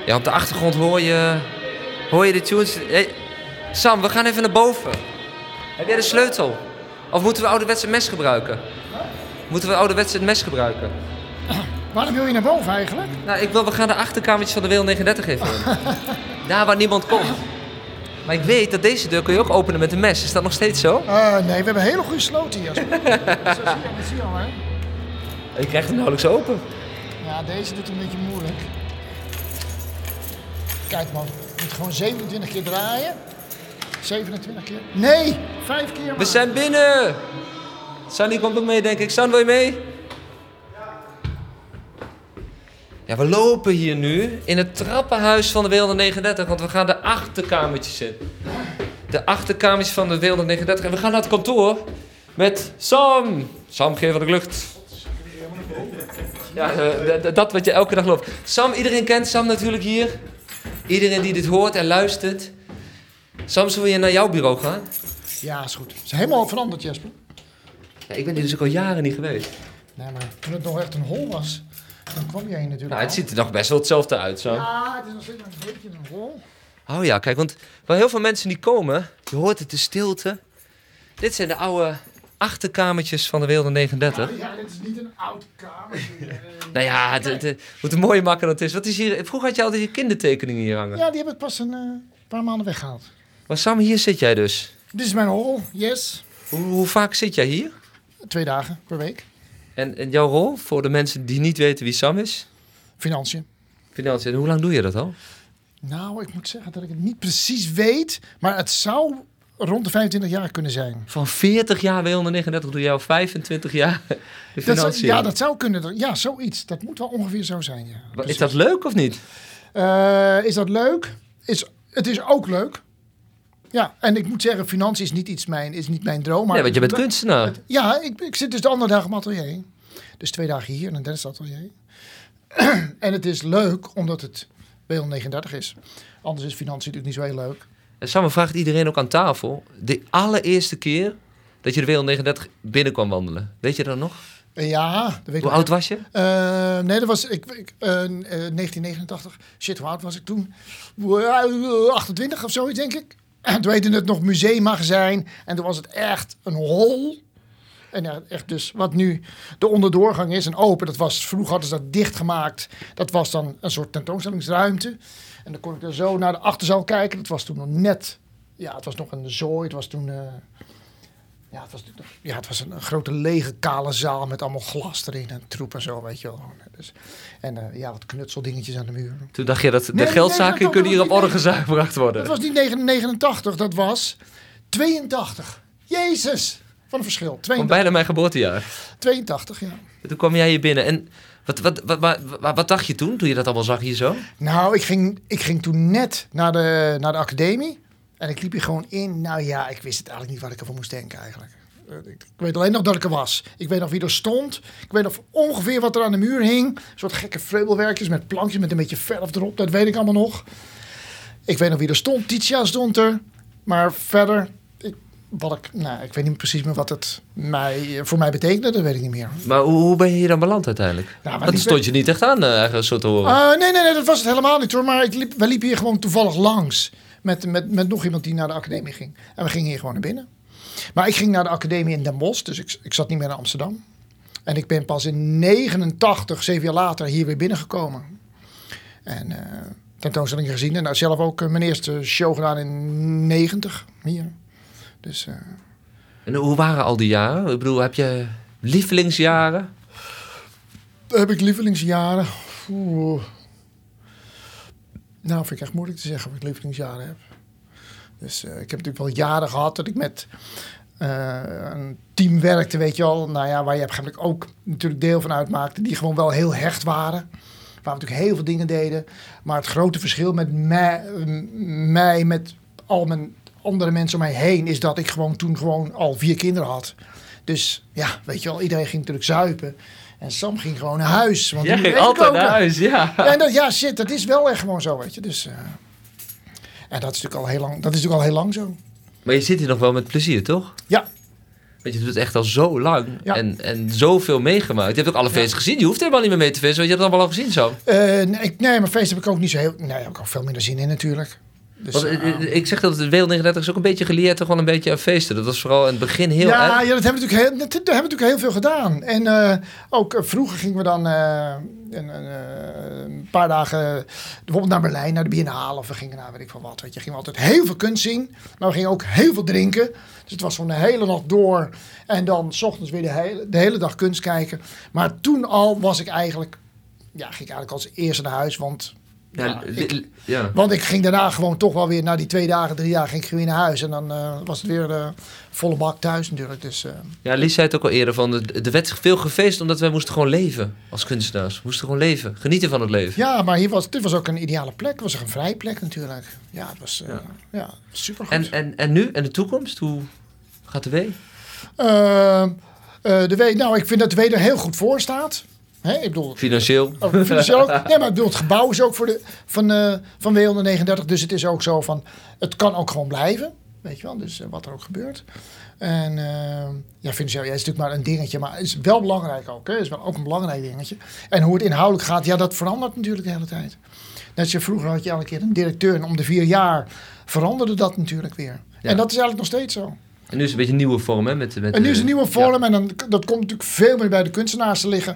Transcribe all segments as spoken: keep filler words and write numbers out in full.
Ja, op de achtergrond hoor je, hoor je de tunes. Hey, Sam, we gaan even naar boven. Heb jij de sleutel? Of moeten we ouderwets het mes gebruiken? Moeten we ouderwets het mes gebruiken? Waarom wil je naar boven eigenlijk? Nou, ik wil, we gaan de achterkamertjes van de Wereld negenendertig even in. Daar waar niemand komt. Maar ik weet dat deze deur kun je ook openen met een mes. Is dat nog steeds zo? Uh, nee, we hebben een hele goede sloot hier. Zo zie je, dat zie je al, hè? Ik krijg het nauwelijks open. Ja, deze doet een beetje moeilijk. Kijk man, je moet gewoon zevenentwintig keer draaien. zevenentwintig keer? Nee, vijf keer maar. We zijn binnen! Sunny komt ook mee, denk ik. San, wil je mee? Ja, we lopen hier nu in het trappenhuis van de Wereld negenendertig, want we gaan de achterkamertjes in. De achterkamertjes van de Wereld negenendertig. En we gaan naar het kantoor met Sam. Sam, geef wat de lucht. Ja, uh, dat wat je elke dag loopt. Sam, iedereen kent Sam natuurlijk hier. Iedereen die dit hoort en luistert. Sam, zullen we naar jouw bureau gaan? Ja, is goed. Het is helemaal veranderd, Jesper. Ja, ik ben hier dus ook al jaren niet geweest. Nee, maar toen het nog echt een hol was, dan kwam jij natuurlijk. Nou, het ziet er nog best wel hetzelfde uit, zo. Ja, het is nog steeds een beetje een hol. Oh ja, kijk, want waar heel veel mensen die komen, je hoort het, de stilte. Dit zijn de oude achterkamertjes van de Wereld negenendertig. Ja, ja, dit is niet een oud kamertje. Nou ja, het, het, het moet een mooie makker dat het is. Wat is hier? Vroeger had je altijd je kindertekeningen hier hangen. Ja, die heb ik pas een uh, paar maanden weggehaald. Maar Sam, hier zit jij dus. Dit is mijn hol, yes. Hoe, hoe vaak zit jij hier? Twee dagen per week. En, en jouw rol, voor de mensen die niet weten wie Sam is? Financiën. Financiën. En hoe lang doe je dat al? Nou, ik moet zeggen dat ik het niet precies weet, maar het zou rond de vijfentwintig jaar kunnen zijn. Van veertig jaar Wereld negenendertig doe jij al vijfentwintig jaar de financiën. Dat zou, ja, dat zou kunnen. Ja, zoiets. Dat moet wel ongeveer zo zijn, ja. Is dat leuk of niet? Uh, is dat leuk? Is, het is ook leuk. Ja, en ik moet zeggen, financiën is niet iets mijn, is niet mijn droom. Maar nee, want je bent kunstenaar. Het, ja, ik, ik zit dus de andere dag op atelier. Dus twee dagen hier en een derde atelier. En het is leuk, omdat het Wereld negenendertig is. Anders is financiën natuurlijk niet zo heel leuk. En Sam, vraagt iedereen ook aan tafel. De allereerste keer dat je de Wereld negenendertig binnen kwam wandelen. Weet je dat nog? Ja. Dat weet ik hoe oud was je? Uh, nee, dat was ik, ik, uh, negentien negenentachtig. Shit, hoe oud was ik toen? achtentwintig of zoiets, denk ik. En toen heette het nog Museummagazijn. En toen was het echt een hol. En ja, echt dus wat nu de onderdoorgang is en open. Dat was, vroeger hadden ze dat dichtgemaakt. Dat was dan een soort tentoonstellingsruimte. En dan kon ik er zo naar de achterzaal kijken. Dat was toen nog net... Ja, het was nog een zooi. Het was toen... Uh, ja, het was, ja, het was een, een grote lege kale zaal met allemaal glas erin en troep en zo, weet je wel. Dus, en uh, ja, wat knutseldingetjes aan de muur. Toen dacht je dat de nee, geldzaken nee, kunnen hier op orde gebracht worden. Dat was niet negenentachtig, dat was tweeëntachtig. Jezus, wat een verschil. Van bijna mijn geboortejaar. tweeëntachtig, ja. En toen kwam jij hier binnen en wat, wat, wat, wat, wat, wat dacht je toen, toen je dat allemaal zag hier zo? Nou, ik ging, ik ging toen net naar de, naar de academie. En ik liep hier gewoon in. Nou ja, ik wist het eigenlijk niet wat ik ervan moest denken eigenlijk. Ik weet alleen nog dat ik er was. Ik weet nog wie er stond. Ik weet nog ongeveer wat er aan de muur hing. Een soort gekke vreubelwerkjes met plankjes met een beetje verf erop. Dat weet ik allemaal nog. Ik weet nog wie er stond. Titia stond er. Maar verder, ik, wat ik, nou, ik weet niet precies meer wat het mij, voor mij betekende. Dat weet ik niet meer. Maar hoe, hoe ben je hier dan beland uiteindelijk? Nou, Want stond weet... je niet echt aan, uh, zo te horen. Uh, nee, nee, nee, dat was het helemaal niet hoor. Maar ik liep, wij liepen hier gewoon toevallig langs. Met, met, met nog iemand die naar de academie ging. En we gingen hier gewoon naar binnen. Maar ik ging naar de academie in Den Bosch. Dus ik, ik zat niet meer in Amsterdam. En ik ben pas in negenentachtig, zeven jaar later, hier weer binnengekomen. En uh, tentoonstelling gezien. En nou, zelf ook uh, mijn eerste show gedaan in negentig hier. Dus, uh... En hoe waren al die jaren? Ik bedoel, heb je lievelingsjaren? Heb ik lievelingsjaren? Oeh. Nou, vind ik echt moeilijk te zeggen of ik lievelingsjaren heb. Dus uh, ik heb natuurlijk wel jaren gehad dat ik met uh, een team werkte, weet je wel. Nou ja, waar je op een gegeven moment ook natuurlijk deel van uitmaakte. Die gewoon wel heel hecht waren. Waar we natuurlijk heel veel dingen deden. Maar het grote verschil met mij, mij met al mijn andere mensen om mij heen... is dat ik gewoon toen gewoon al vier kinderen had. Dus ja, weet je wel, iedereen ging natuurlijk zuipen. En Sam ging gewoon naar huis. Want Jij ging altijd koken. naar huis, ja. Ja, en dat, ja, shit, dat is wel echt gewoon zo, weet je. Dus, uh, en dat is natuurlijk al heel lang, dat is natuurlijk al heel lang zo. Maar je zit hier nog wel met plezier, toch? Ja. Want je doet het echt al zo lang Ja. en, en zoveel meegemaakt. Je hebt ook alle feesten gezien. Je hoeft helemaal niet meer mee te feesten, want je hebt het allemaal al gezien zo. Uh, nee, ik, nee, maar feest heb ik ook niet zo heel... Nee, heb ik ook veel minder zin in natuurlijk. Dus, Want, uh, ik zeg dat het Wereld negenendertig is ook een beetje gelieerd gewoon een beetje aan feesten. Dat was vooral in het begin heel ja, erg. ja, dat hebben we natuurlijk heel, dat, dat hebben we natuurlijk heel veel gedaan. En uh, ook uh, vroeger gingen we dan uh, een, een, een paar dagen bijvoorbeeld naar Berlijn, naar de Biennale. Of we gingen naar weet ik veel wat. Weet je, gingen we altijd heel veel kunst zien. Maar we gingen ook heel veel drinken. Dus het was gewoon de hele nacht door. En dan 's ochtends weer de hele, de hele dag kunst kijken. Maar toen al was ik eigenlijk... Ja, ging ik eigenlijk als eerste naar huis, want... Ja, Ja, ik, ja. Want ik ging daarna gewoon toch wel weer... Na die twee dagen, drie dagen ging ik weer naar huis. En dan uh, was het weer uh, volle bak thuis natuurlijk. Dus, uh, ja, Lies zei het ook al eerder. Van de, er werd veel gefeest omdat wij moesten gewoon leven als kunstenaars. We moesten gewoon leven. Genieten van het leven. Ja, maar hier was, dit was ook een ideale plek. Het was ook een vrije plek natuurlijk. Ja, het was uh, ja. Ja, super goed. En, en, en nu? En de toekomst? Hoe gaat de W? Uh, uh, de W, nou, ik vind dat de W er heel goed voor staat. Hè, ik bedoel, financieel. Oh, financieel ook. Nee, maar ik bedoel, het gebouw is ook voor de, van, uh, van W honderdnegenendertig. Dus het is ook zo van, het kan ook gewoon blijven. Weet je wel, dus uh, wat er ook gebeurt. En uh, ja, financieel, ja, is natuurlijk maar een dingetje. Maar het is wel belangrijk ook. Het is wel ook een belangrijk dingetje. En hoe het inhoudelijk gaat, ja, dat verandert natuurlijk de hele tijd. Net als je vroeger had je elke keer een directeur. En om de vier jaar veranderde dat natuurlijk weer. Ja. En dat is eigenlijk nog steeds zo. En nu is het een beetje een nieuwe vorm, hè? Met, met en nu is een nieuwe vorm ja. en dan, dat komt natuurlijk veel meer bij de kunstenaars te liggen.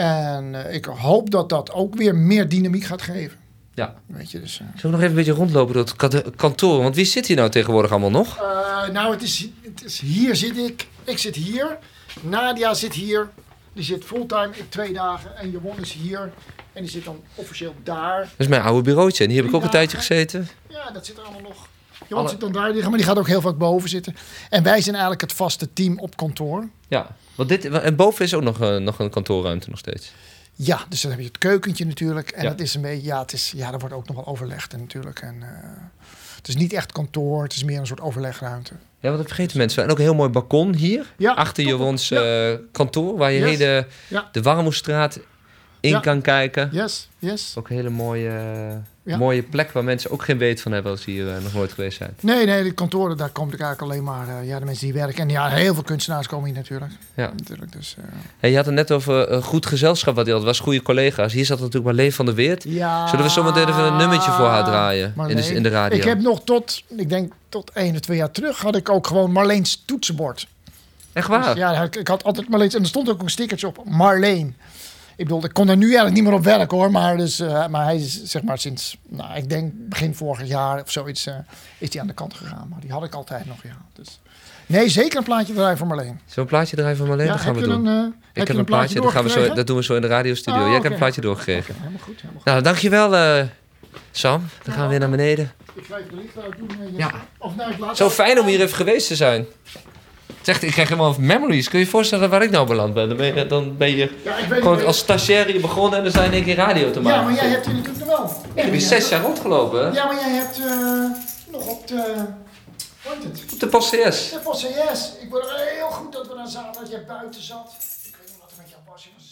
En uh, ik hoop dat dat ook weer meer dynamiek gaat geven. Ja. Weet je, dus, uh... Zullen we nog even een beetje rondlopen door het kantoor? Want wie zit hier nou tegenwoordig allemaal nog? Uh, nou, het is, het is, hier zit ik. Ik zit hier. Nadia zit hier. Die zit fulltime in twee dagen. En Jewon is hier. En die zit dan officieel daar. Dat is mijn oude bureautje. En hier heb ik ook dagen. een tijdje gezeten. Ja, dat zit er allemaal nog. Jewon zit dan daar liggen, maar die gaat ook heel vaak boven zitten. En wij zijn eigenlijk het vaste team op kantoor. Ja, want dit, en boven is ook nog, uh, nog een kantoorruimte nog steeds. Ja, dus dan heb je het keukentje natuurlijk. En ja. dat is een beetje, ja, het is, ja, daar wordt ook nog wel overlegd natuurlijk. En, uh, het is niet echt kantoor, het is meer een soort overlegruimte. Ja, want dat vergeten mensen. En ook een heel mooi balkon hier. Ja, achter Jewons uh, ja. kantoor, waar je yes. hele ja. de Warmoestraat in ja. kan kijken. Yes, yes. Ook een hele mooie, ja. mooie plek waar mensen ook geen weet van hebben als ze hier uh, nog nooit geweest zijn. Nee, nee, de kantoren, daar komt eigenlijk alleen maar uh, ja, de mensen die werken. En ja, heel veel kunstenaars komen hier natuurlijk. Ja. natuurlijk dus, uh... hey, je had het net over uh, goed gezelschap wat hij had. Was goede collega's. Hier zat natuurlijk Marleen van der Weert. Ja. Zullen we zometeen even een nummertje voor haar draaien in de, in de radio? Ik heb nog tot, ik denk tot één of twee jaar terug, had ik ook gewoon Marleens toetsenbord. Echt waar? Dus, ja, ik had altijd Marleens. En er stond ook een stickertje op, Marleen. Ik bedoel, ik kon er nu eigenlijk niet meer op werken hoor. Maar, dus, uh, maar hij is zeg maar sinds, nou, ik denk begin vorig jaar of zoiets, uh, is hij aan de kant gegaan. Maar die had ik altijd nog, ja. Dus. Nee, zeker een plaatje draaien voor Marleen. Zo'n plaatje draaien voor Marleen? Ja, dat gaan we doen. Een, uh, ik heb een plaatje, dat, gaan we zo, dat doen we zo in de radiostudio. Oh, Jij okay. hebt een plaatje doorgegeven. Okay, helemaal goed, helemaal goed. Nou, dankjewel uh, Sam. Dan ja, gaan we weer naar beneden. Ik ga even de licht uit doen. Uh, ja. Of, nou, ik laat zo fijn om hier even geweest te zijn. Zegt, ik krijg helemaal memories. Kun je je voorstellen waar ik nou beland ben? Dan ben je, dan ben je ja, gewoon niet, als stagiair hier begonnen en dan zijn in één keer radio te maken. Ja, maar jij hebt hier natuurlijk nog wel. Ik heb hier zes jaar rondgelopen. Hè? Ja, maar jij hebt uh, nog op de... Hoe heet het? Op de Post C S. De Post C S. Ik word er heel goed dat we daar zaten, dat jij buiten zat. Ik weet niet wat er met jou was. Je was